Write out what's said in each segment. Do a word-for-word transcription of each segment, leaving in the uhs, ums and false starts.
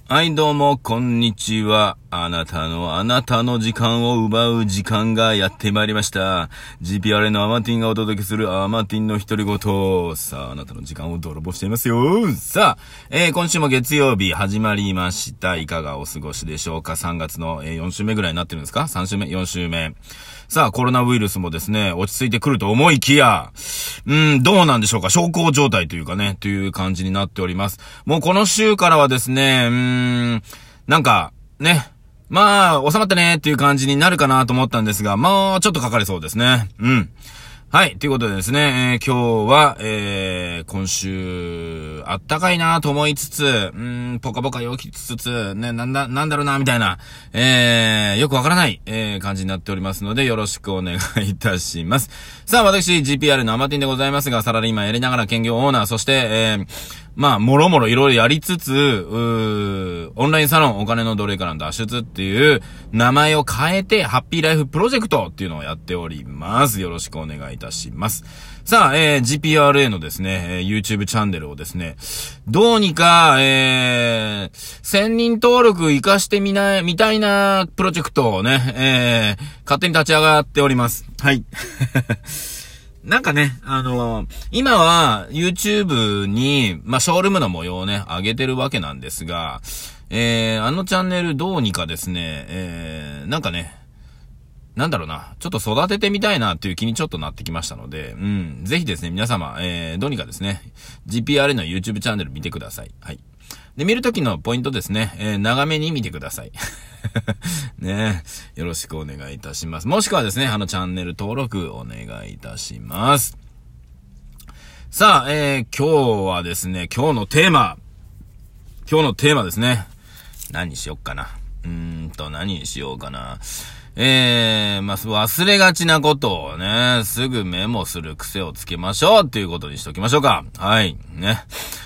はいどうもこんにちは。あなたのあなたの時間を奪う時間がやってまいりました。 ジーピーアールエー のアマティンがお届けするアマティンの独り言。さああなたの時間を泥棒していますよ。さあ、えー、今週も月曜日始まりました。いかがお過ごしでしょうか。さんがつの、えー、よん週目ぐらいになってるんですか。さん週目よん週目。さあコロナウイルスもですね落ち着いてくると思いきや、うーんどうなんでしょうか。小康状態というかねという感じになっております。もうこの週からはですねうーんなんかねまあ収まったねっていう感じになるかなと思ったんですが、まあちょっとかかりそうですね。うんはい。ということでですね、えー、今日は、えー、今週、あったかいなと思いつつ、うーん、ポカポカ陽気つつ、ね、なんだ、なんだろうな、みたいな、えー、よくわからない、えー、感じになっておりますので、よろしくお願いいたします。さあ、私、ジーピーアール のアマティンでございますが、サラリーマンやりながら兼業オーナー、そして、えー、まあ、もろもろいろいろやりつつ、うー、オンラインサロンお金の奴隷からの脱出っていう名前を変えて、ハッピーライフプロジェクトっていうのをやっております。よろしくお願いいたします。さあ、えー、ジーピーアールエー のですね、えー、YouTube チャンネルをですね、どうにか、えー、せんにん登録活かしてみな、みたいなプロジェクトをね、えー、勝手に立ち上がっております。はい。なんかね、あのー、今は YouTube に、まあ、ショールームの模様をね、上げてるわけなんですが、えー、あのチャンネルどうにかですね、えー、なんかね、なんだろうな、ちょっと育ててみたいなっていう気にちょっとなってきましたので、うん、ぜひですね、皆様、えー、どうにかですね、ジーピーアール の YouTube チャンネル見てください。はい。で、見るときのポイントですね、えー、長めに見てください。ねえ、よろしくお願いいたします。もしくはですね、あのチャンネル登録お願いいたします。さあ、えー、今日はですね、今日のテーマ、今日のテーマですね。何にしよっかな。うーんと、何にしようかな。えー、まあ、忘れがちなことをね、すぐメモする癖をつけましょうっていうことにしておきましょうか。はい。ね。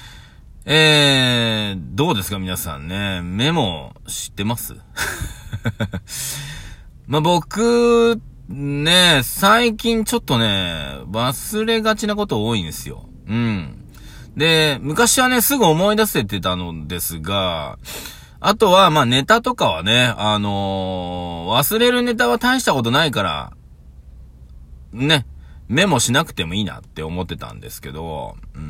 えー、どうですか皆さんね。メモ知ってますまあ、僕、ね、最近ちょっとね、忘れがちなこと多いんですよ。うん。で、昔はね、すぐ思い出せてたのですが、あとは、まあ、ネタとかはね、あのー、忘れるネタは大したことないから、ね、メモしなくてもいいなって思ってたんですけど、うん、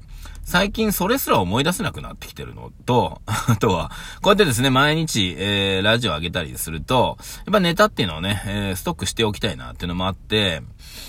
最近それすら思い出せなくなってきてるのと、あとは、こうやってですね、毎日、えー、ラジオ上げたりすると、やっぱネタっていうのをね、えー、ストックしておきたいなっていうのもあって、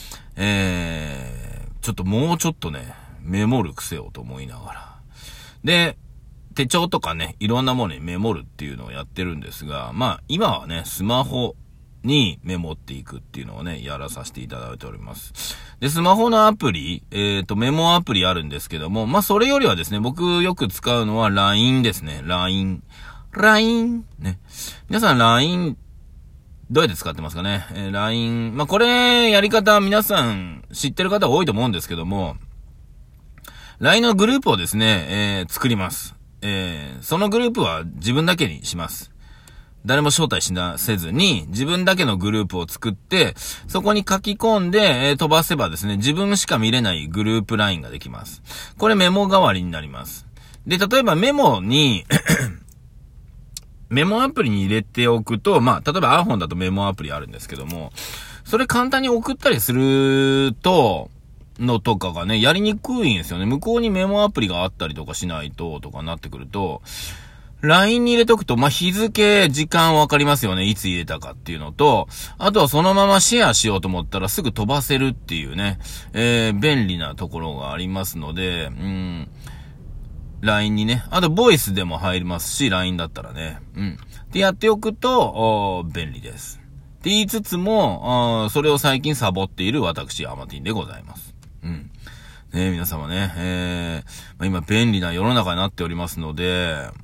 えー、ちょっともうちょっとね、メモる癖をと思いながら。で、手帳とかね、いろんなものにメモるっていうのをやってるんですが、まあ、今はね、スマホにメモっていくっていうのをね、やらさせていただいております。で、スマホのアプリ、えっと、メモアプリあるんですけども、まあ、それよりはですね、僕よく使うのは ライン ですね。ライン。ライン。ね。皆さん ライン、どうやって使ってますかね。えー、ライン。まあ、これ、やり方皆さん知ってる方多いと思うんですけども、ライン のグループをですね、えー、作ります。えー、そのグループは自分だけにします。誰も招待しな、せずに、自分だけのグループを作って、そこに書き込んで、えー、飛ばせばですね、自分しか見れないグループラインができます。これメモ代わりになります。で、例えばメモに、メモアプリに入れておくと、まあ、例えば iPhone だとメモアプリあるんですけども、それ簡単に送ったりすると、のとかがね、やりにくいんですよね。向こうにメモアプリがあったりとかしないと、とかなってくると、ライン に入れとくと、まあ、日付、時間わかりますよね。いつ入れたかっていうのと、あとはそのままシェアしようと思ったらすぐ飛ばせるっていうね、えー、便利なところがありますので、うん、ライン にね、あとボイスでも入りますし、ライン だったらね、うん。でやっておくと、便利です。って言いつつも、それを最近サボっている私、アマティンでございます。うん。ね皆様ね、えー、まあ、今便利な世の中になっておりますので、うん、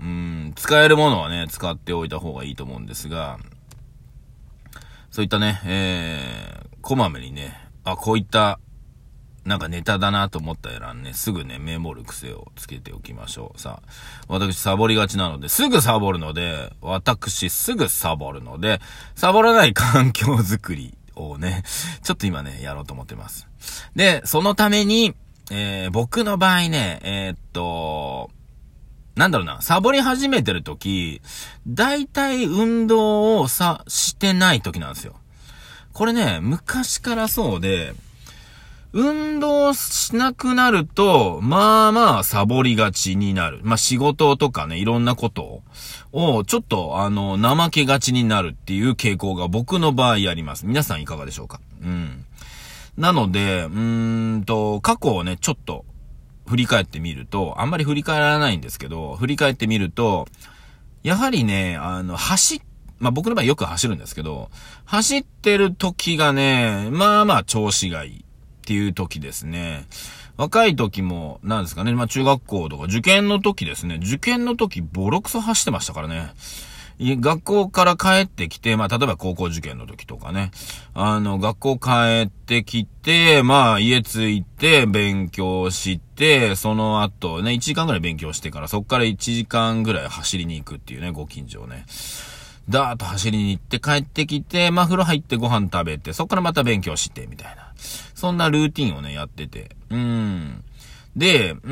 使えるものはね、使っておいた方がいいと思うんですが、そういったね、えー、こまめにね、あ、こういった、なんかネタだなと思ったらね、すぐね、メモる癖をつけておきましょう。さあ、私サボりがちなので、すぐサボるので、私すぐサボるので、サボらない環境づくりをね、ちょっと今ね、やろうと思ってます。で、そのために、えー、僕の場合ね、えー、っと、 なんだろうな、サボり始めてるとき、大体運動をさ、してないときなんですよ。これね、昔からそうで、運動しなくなると、まあまあサボりがちになる。まあ仕事とかね、いろんなことを、ちょっとあの、怠けがちになるっていう傾向が僕の場合あります。皆さんいかがでしょうか？うん。なので、うーんと、過去をね、ちょっと振り返ってみると、あんまり振り返らないんですけど、振り返ってみると、やはりね、あの、走っまあ、僕の場合よく走るんですけど、走ってる時がね、まあまあ調子がいいっていう時ですね。若い時も、なんですかね、まあ中学校とか受験の時ですね。受験の時ボロクソ走ってましたからね。学校から帰ってきて、まあ例えば高校受験の時とかね。あの、学校帰ってきて、まあ家着いて勉強して、その後ね、いちじかんぐらい勉強してから、そっからいちじかんぐらい走りに行くっていうね、ご近所をね。ダーッと走りに行って帰ってきて、まあ、風呂入ってご飯食べて、そっからまた勉強して、みたいな。そんなルーティンをね、やってて。うん。で、うん、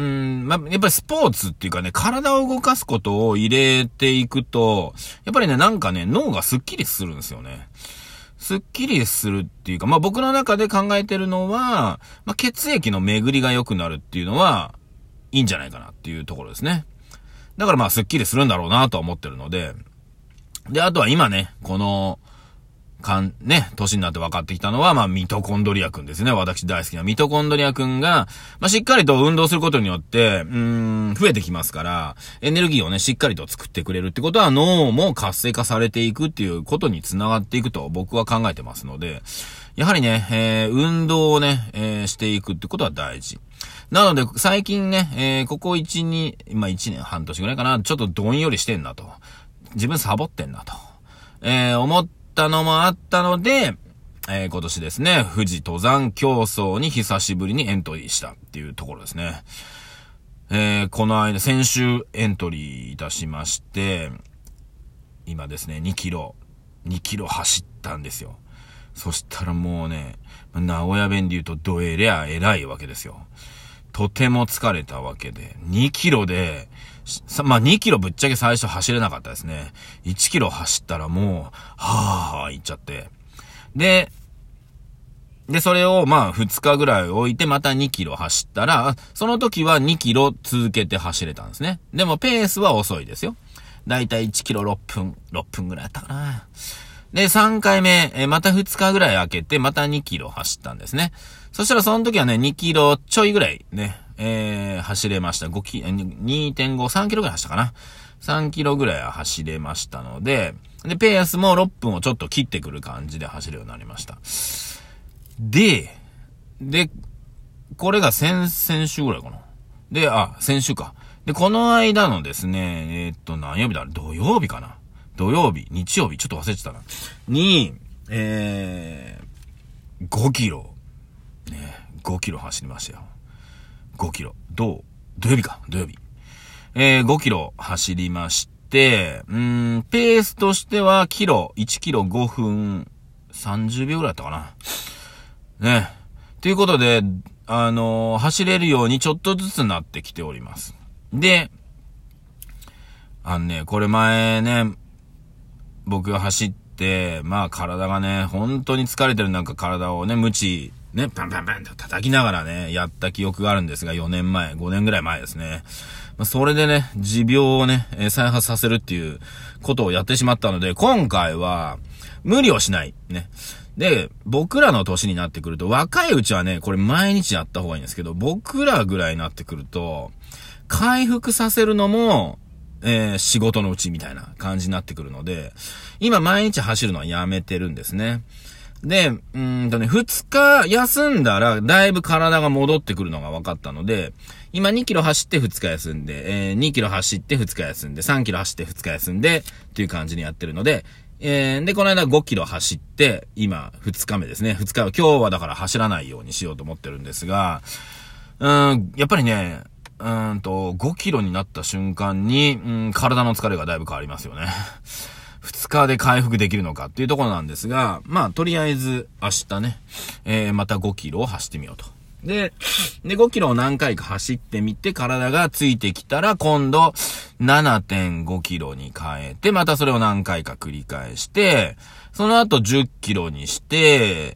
まあ、やっぱりスポーツっていうかね、体を動かすことを入れていくと、やっぱりね、なんかね、脳がスッキリするんですよね。スッキリするっていうか、まあ、僕の中で考えてるのは、まあ、血液の巡りが良くなるっていうのは、いいんじゃないかなっていうところですね。だからまあ、スッキリするんだろうなとは思ってるので、で、あとは今ね、この、かん、ね、年になって分かってきたのは、まあ、ミトコンドリア君ですね。私大好きなミトコンドリア君が、まあ、しっかりと運動することによって、うーん、増えてきますから、エネルギーをね、しっかりと作ってくれるってことは、脳も活性化されていくっていうことにつながっていくと僕は考えてますので、やはりね、えー、運動をね、えー、していくってことは大事。なので、最近ね、えー、ここいち、に、まあ、いちねんはん年ぐらいかな、ちょっとどんよりしてんなと。自分サボってんなと、えー、思ったのもあったので、えー、今年ですね、富士登山競争に久しぶりにエントリーしたっていうところですね。えー、この間、先週エントリーいたしまして、今ですね、にキロ、にキロ走ったんですよ。そしたらもうね、名古屋弁で言うとどえりゃ偉いわけですよ。とても疲れたわけで、にキロで、まあにキロぶっちゃけ最初走れなかったですね。いちキロ走ったらもう、はぁはぁ言っちゃって。で、で、それをまあふつかぐらい置いてまたにキロ走ったら、その時はにキロ続けて走れたんですね。でもペースは遅いですよ。だいたいいちキロろっぷん、ろっぷんぐらいやったかな。で、さんかいめ、えまたふつかぐらい空けて、またにキロ走ったんですね。そしたらその時はね、にキロちょいぐらいね、えー、走れました。ごキロ、にてんご、さんキロぐらい走ったかな。さんキロぐらい走れましたので、で、ペースもろっぷんをちょっと切ってくる感じで走るようになりました。で、で、これが先、先週ぐらいかな。で、あ、先週か。で、この間のですね、えー、っと、何曜日だ？土曜日かな。土曜日、日曜日、ちょっと忘れてたな。に、えー、ごキロ、ね、ごキロ走りましたよ。ごキロ。どう土曜日か、土曜日。えー、ごキロ走りまして、うーん、ペースとしては、キロ、いちキロごふんさんじゅうびょうぐらいだったかな。ね。ということで、あのー、走れるようにちょっとずつなってきております。で、あのね、これ前ね、僕が走って、まあ体がね、本当に疲れてるなんか体をね、ムチ、ね、パンパンパンと叩きながらね、やった記憶があるんですが、よねんまえ、ごねんぐらい前ですね。まあ、それでね、持病をね、再発させるっていうことをやってしまったので、今回は、無理をしない。ね。で、僕らの年になってくると、若いうちはね、これ毎日やった方がいいんですけど、僕らぐらいになってくると、回復させるのも、えー、仕事のうちみたいな感じになってくるので、今毎日走るのはやめてるんですね。で、うーんとね、ふつか休んだら、だいぶ体が戻ってくるのが分かったので、今にキロ走ってふつか休んで、えー、にキロ走ってふつか休んで、さんキロ走ってふつか休んで、っていう感じにやってるので、えー、で、この間ごキロ走って、今、ふつかめですね。ふつかは、今日はだから走らないようにしようと思ってるんですが、うーん、やっぱりね、うーんと、ごキロになった瞬間に、うん、体の疲れがだいぶ変わりますよね。ふつかで回復できるのかっていうところなんですが、まあ、とりあえず明日ね、えー、またごキロを走ってみようと。で、で、ごキロを何回か走ってみて体がついてきたら今度、 ななてんごキロに変えて、またそれを何回か繰り返して、その後じゅっキロにして、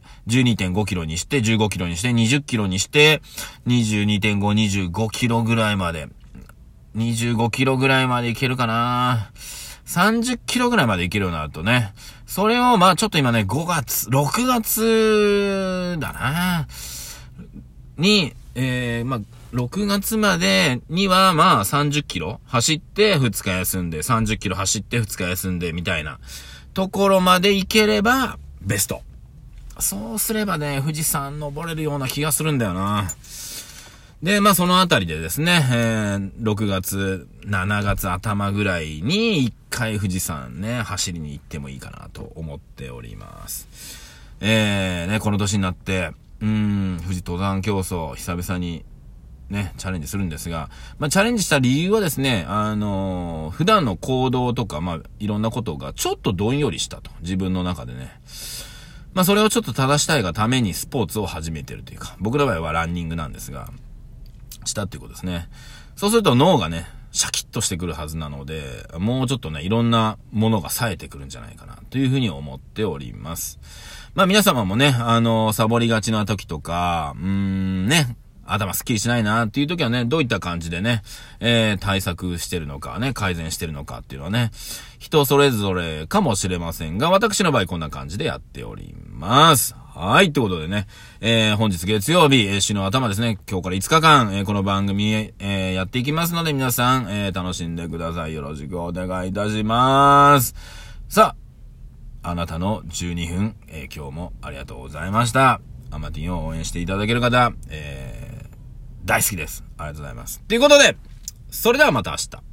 じゅうにてんごキロにして、じゅうごキロにして、にじゅっキロにして、にじゅうにてんご、にじゅうごキロぐらいまで、にじゅうごキロぐらいまでいけるかな。さんじゅっキロぐらいまでいけるようになるとね。それを、まあちょっと今ね、ごがつ、ろくがつだな。に、えー、まあ、ろくがつまでには、まあさんじゅっキロ走ってふつか休んで、さんじゅっキロ走ってふつか休んで、みたいなところまで行ければ、ベスト。そうすればね、富士山登れるような気がするんだよな。で、まあそのあたりでですね、えー、ろくがつ、しちがつ頭ぐらいに一回富士山ね、走りに行ってもいいかなと思っております。えー、ね、この年になって、うーん、富士登山競争、久々にね、チャレンジするんですが、まあチャレンジした理由はですね、あのー、普段の行動とか、まあいろんなことがちょっとどんよりしたと、自分の中でね。まあそれをちょっと正したいがためにスポーツを始めてるというか、僕の場合はランニングなんですが、したっていうことですね。そうすると脳がね、シャキッとしてくるはずなので、もうちょっとね、いろんなものが冴えてくるんじゃないかな、というふうに思っております。まあ皆様もね、あのー、サボりがちな時とか、うーんね、頭スッキリしないなっていう時はね、どういった感じでね、えー、対策してるのかね、改善してるのかっていうのはね、人それぞれかもしれませんが、私の場合こんな感じでやっております。はい、ってことでね、えー、本日月曜日、えー、週の頭ですね、今日からいつかかん、えー、この番組、えー、やっていきますので、皆さん、えー、楽しんでください。よろしくお願いいたします。さあ、あなたのじゅうにふん、えー、今日もありがとうございました。アマティンを応援していただける方、えー、大好きです。ありがとうございます。ということで、それではまた明日。